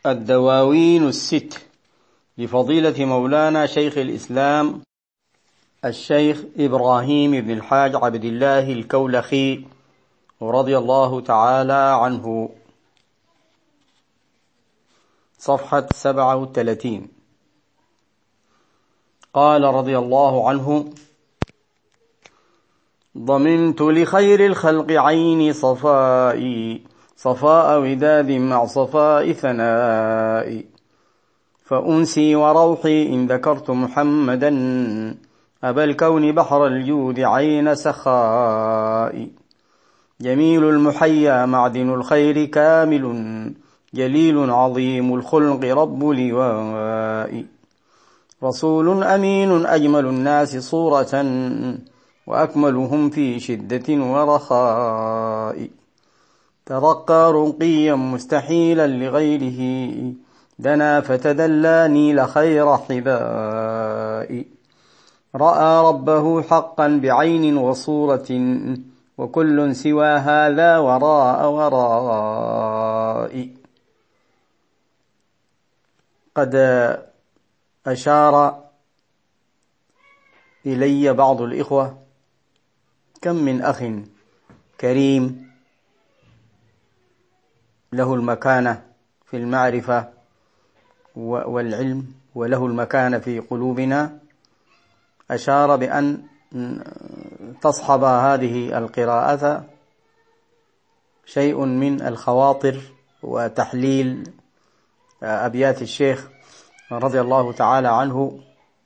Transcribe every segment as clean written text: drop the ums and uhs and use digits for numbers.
الدواوين الست لفضيلة مولانا شيخ الإسلام الشيخ إبراهيم بن الحاج عبد الله الكولخي رضي الله تعالى عنه، صفحة 37. قال رضي الله عنه: ضمنت لخير الخلق عيني صفائي، صفاء وداد مع صفاء ثنائي، فأنسي وروحي إن ذكرت محمدا، أبا الكون بحر الجود عين سخائي، جميل المحيا معدن الخير كامل، جليل عظيم الخلق رب لواء، رسول أمين أجمل الناس صورة، وأكملهم في شدة ورخاء، ترقى رقيا مستحيلا لغيره، دنا فتدلى لخير حباء، رأى ربه حقا بعين وصورة، وكل سوى هذا وراء وراء. قد أشار إلي بعض الإخوة: كم من أخ كريم له المكانة في المعرفة والعلم وله المكانة في قلوبنا، أشار بأن تصحب هذه القراءة شيء من الخواطر وتحليل أبيات الشيخ رضي الله تعالى عنه،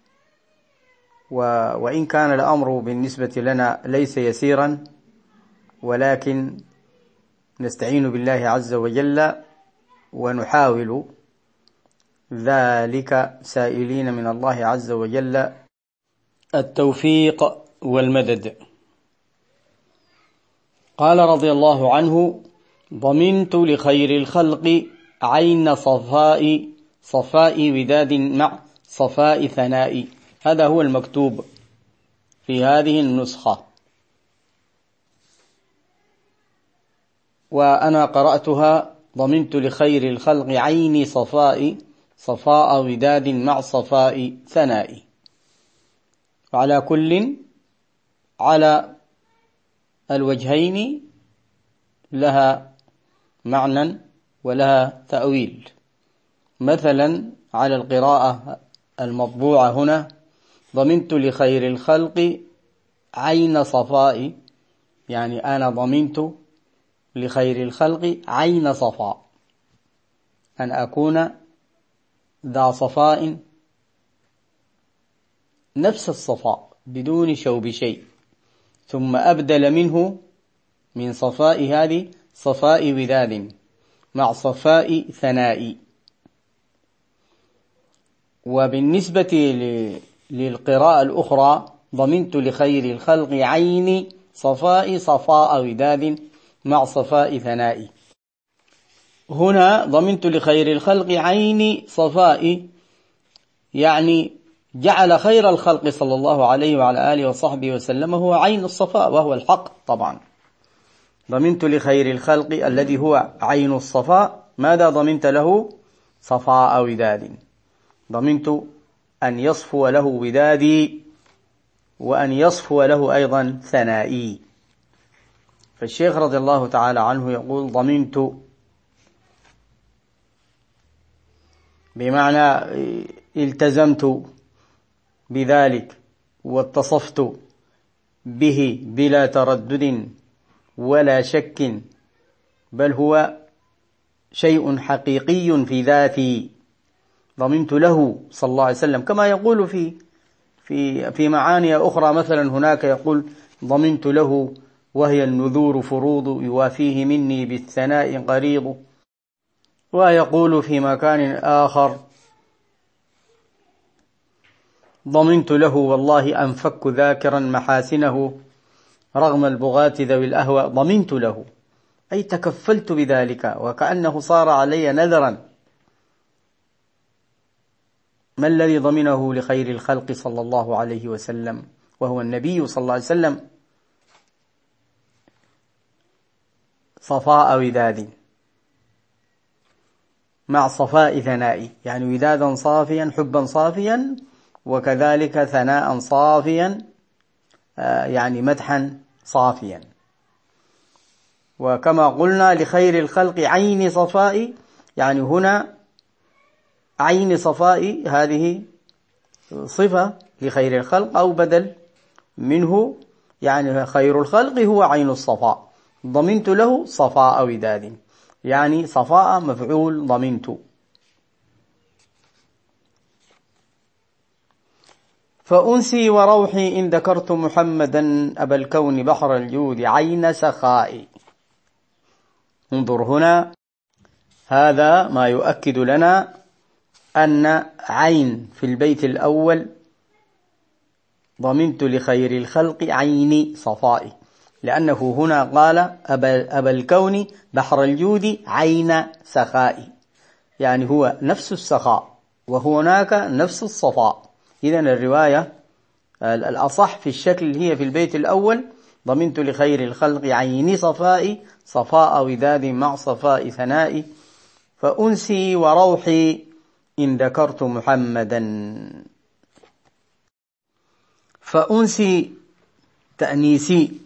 وإن كان الأمر بالنسبة لنا ليس يسيرا، ولكن نستعين بالله عز وجل ونحاول ذلك سائلين من الله عز وجل التوفيق والمدد. قال رضي الله عنه: ضمنت لخير الخلق عين صفاء وداد مع صفاء ثناء. هذا هو المكتوب في هذه النسخة، وأنا قرأتها: ضمنت لخير الخلق عين صفاء وداد مع صفاء ثناء. وعلى كل على الوجهين لها معنى ولها تأويل. مثلا على القراءة المطبوعة هنا: ضمنت لخير الخلق عين صفاء، يعني أنا ضمنت لخير الخلق عين صفاء، أن أكون ذا صفاء، نفس الصفاء بدون شوب شيء، ثم أبدل منه من صفاء هذه صفاء وداد مع صفاء ثناء. وبالنسبة للقراءة الأخرى: ضمنت لخير الخلق عين صفاء وداد مع صفاء ثناء. هنا ضمنت لخير الخلق عين صفاء، يعني جعل خير الخلق صلى الله عليه وعلى آله وصحبه وسلم هو عين الصفاء، وهو الحق طبعا. ضمنت لخير الخلق الذي هو عين الصفاء، ماذا ضمنت له؟ صفاء وداد. ضمنت أن يصفو له ودادي، وأن يصفو له أيضا ثنائي. فالشيخ رضي الله تعالى عنه يقول: ضمنت بمعنى التزمت بذلك واتصفت به بلا تردد ولا شك، بل هو شيء حقيقي في ذاتي. ضمنت له صلى الله عليه وسلم، كما يقول في معاني أخرى. مثلا هناك يقول: ضمنت له وهي النذور فروض، يوافيه مني بالثناء قريض. ويقول في مكان آخر: ضمنت له والله أنفك ذاكرا محاسنه، رغم البغاة ذوي الأهوى. ضمنت له أي تكفلت بذلك، وكأنه صار علي نذرا. ما الذي ضمنه لخير الخلق صلى الله عليه وسلم وهو النبي صلى الله عليه وسلم؟ صفاء وداد. مع صفاء ثنائي، يعني ودادا صافيا حبا صافيا، وكذلك ثناء صافيا يعني مدحا صافيا. وكما قلنا لخير الخلق عين صفاء، يعني هنا عين صفاء هذه صفة لخير الخلق أو بدل منه، يعني خير الخلق هو عين الصفاء، ضمنت له صفاء وداد، يعني صفاء مفعول ضمنت. فأنسي وروحي إن ذكرت محمدا أبا الكون بحر الجود عين سخاء. انظر هنا، هذا ما يؤكد لنا أن عين في البيت الأول ضمنت لخير الخلق عين صفائي، لأنه هنا قال أبا الكون بحر الجود عين سخائي، يعني هو نفس السخاء وهناك نفس الصفاء. إذن الرواية الأصح في الشكل هي في البيت الأول ضمنت لخير الخلق عين صفائي، صفاء وداد مع صفاء ثنائي. فأنسي وروحي إن ذكرت محمدا. فأنسي تأنيسي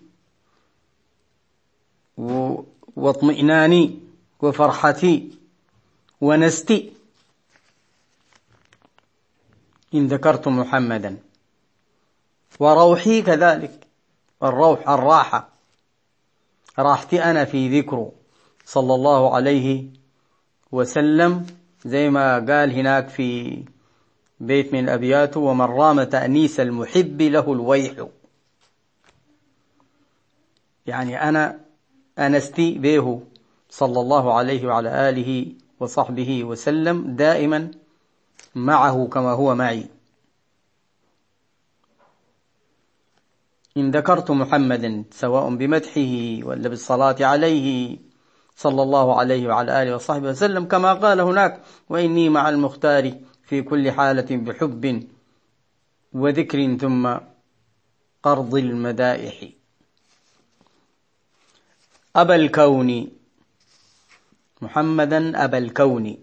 واطمئناني وفرحتي ونستي إن ذكرت محمدا، وروحي كذلك، الروح الراحة، راحتي أنا في ذكر صلى الله عليه وسلم، زي ما قال هناك في بيت من أبياته: ومن رام تأنيس المحب له الويح. يعني أنا أنستي به صلى الله عليه وعلى آله وصحبه وسلم دائما معه كما هو معي. إن ذكرت محمدا، سواء بمدحه ولا بالصلاة عليه صلى الله عليه وعلى آله وصحبه وسلم، كما قال هناك: وإني مع المختار في كل حالة بحب وذكر ثم قرض المدائح. أبا الكون، محمدا أبا الكون،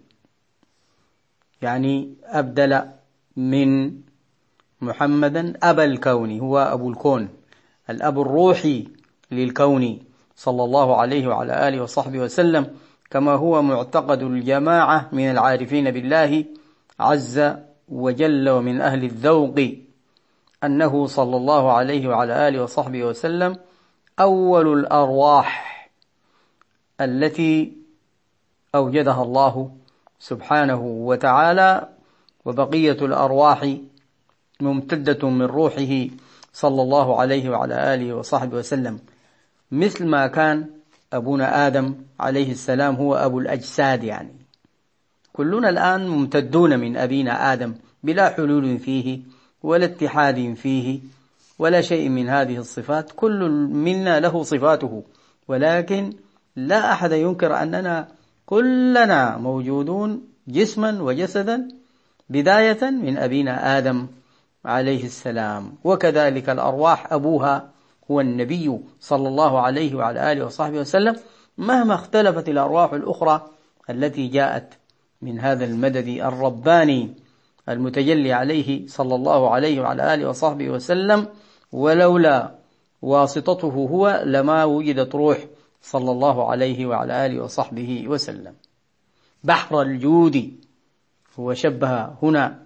يعني أبدل من محمدا أبا الكون، هو أبو الكون، الأب الروحي للكون صلى الله عليه وعلى آله وصحبه وسلم، كما هو معتقد الجماعة من العارفين بالله عز وجل ومن أهل الذوق، أنه صلى الله عليه وعلى آله وصحبه وسلم أول الأرواح التي أوجدها الله سبحانه وتعالى، وبقية الأرواح ممتدة من روحه صلى الله عليه وعلى آله وصحبه وسلم، مثل ما كان أبونا آدم عليه السلام هو أبو الأجساد. يعني كلنا الآن ممتدون من أبينا آدم بلا حلول فيه ولا اتحاد فيه ولا شيء من هذه الصفات، كل منا له صفاته، ولكن لا أحد ينكر أننا كلنا موجودون جسما وجسدا بداية من أبينا آدم عليه السلام. وكذلك الأرواح أبوها هو النبي صلى الله عليه وعلى آله وصحبه وسلم، مهما اختلفت الأرواح الأخرى التي جاءت من هذا المدد الرباني المتجلي عليه صلى الله عليه وعلى آله وصحبه وسلم، ولولا واسطته هو لما وجدت روح صلى الله عليه وعلى آله وصحبه وسلم. بحر الجود، هو شبه هنا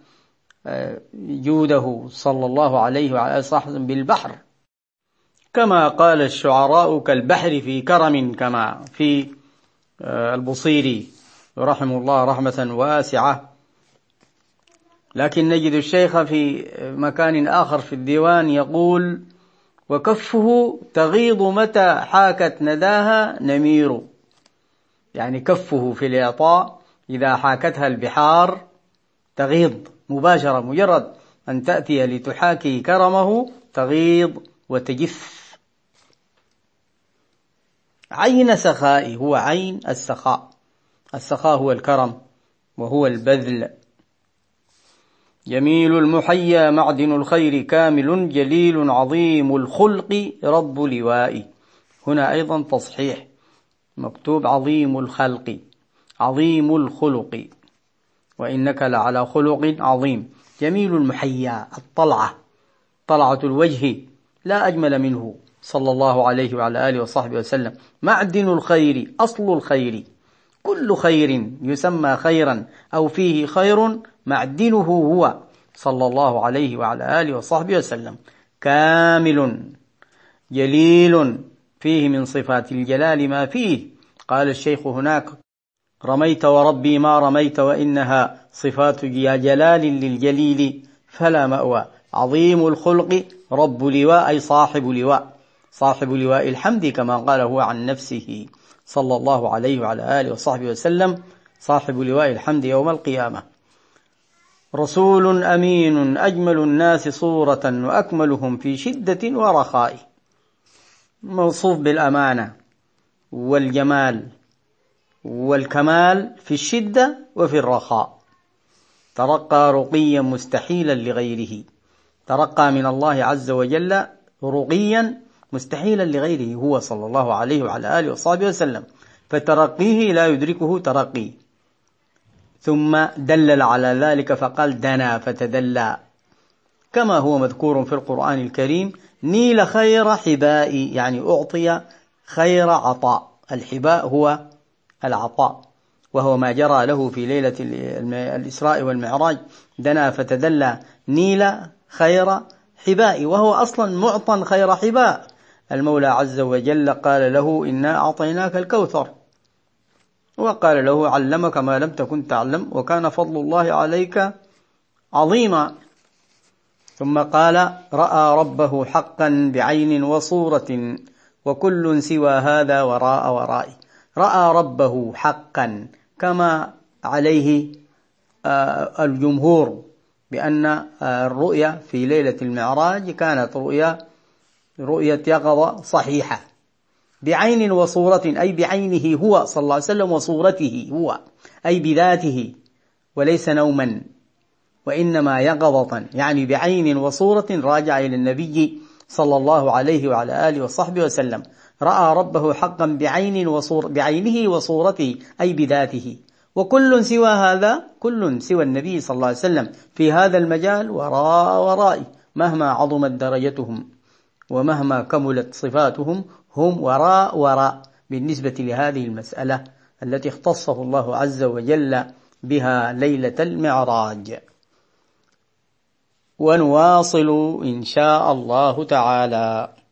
جوده صلى الله عليه وعلى آله وصحبه بالبحر، كما قال الشعراء: كالبحر في كرم، كما في البصيري رحمه الله رحمة واسعة. لكن نجد الشيخ في مكان آخر في الديوان يقول: وكفه تغيض متى حاكت نداها نمير، يعني كفه في الإعطاء إذا حاكتها البحار تغيض مباشرة، مجرد أن تأتي لتحاكي كرمه تغيض وتجف. عين سخاء، هو عين السخاء، السخاء هو الكرم وهو البذل. جميل المحيا معدن الخير كامل، جليل عظيم الخلق رب لوائي. هنا أيضا تصحيح، مكتوب عظيم الخلق، عظيم الخلق وإنك لعلى خلق عظيم. جميل المحيا، الطلعة، طلعة الوجه، لا أجمل منه صلى الله عليه وعلى آله وصحبه وسلم. معدن الخير، أصل الخير، كل خير يسمى خيرا أو فيه خير معدنه هو صلى الله عليه وعلى آله وصحبه وسلم. كامل جليل، فيه من صفات الجلال ما فيه. قال الشيخ هناك: رميت وربي ما رميت وإنها صفات جلال للجليل فلا مأوى. عظيم الخلق، رب لواء أي صاحب لواء، صاحب لواء الحمد كما قال هو عن نفسه صلى الله عليه وعلى آله وصحبه وسلم، صاحب لواء الحمد يوم القيامة. رسول أمين، أجمل الناس صورة وأكملهم في شدة ورخاء، موصوف بالأمانة والجمال والكمال في الشدة وفي الرخاء. ترقى رقيا مستحيلا لغيره، ترقى من الله عز وجل رقيا مستحيلا لغيره هو صلى الله عليه وعلى آله وصحبه وسلم، فترقيه لا يدركه ترقي. ثم دلل على ذلك فقال: دنا فتدلى، كما هو مذكور في القرآن الكريم: نيل خير حباء، يعني أعطي خير عطاء. الحباء هو العطاء، وهو ما جرى له في ليلة الإسراء والمعراج. دنا فتدلى، نيل خير حباء، وهو أصلا معطى خير حباء. المولى عز وجل قال له: إنا أعطيناك الكوثر، وقال له: علمك ما لم تكن تعلم وكان فضل الله عليك عظيما. ثم قال: رأى ربه حقا بعين وصورة وكل سوى هذا وراء ورائي. رأى ربه حقا، كما عليه الجمهور بأن الرؤيا في ليلة المعراج كانت رؤية يقظة صحيحة. بعين وصورة أي بعينه هو صلى الله عليه وسلم، وصورته هو أي بذاته، وليس نوما وإنما يقظة، يعني بعين وصورة راجع إلى النبي صلى الله عليه وعلى آله وصحبه وسلم. رأى ربه حقا بعينه وصورته أي بذاته. وكل سوى هذا، كل سوى النبي صلى الله عليه وسلم في هذا المجال وراء ورائي، مهما عظمت درجتهم ومهما كملت صفاتهم هم وراء وراء بالنسبة لهذه المسألة التي اختصه الله عز وجل بها ليلة المعراج. ونواصل إن شاء الله تعالى.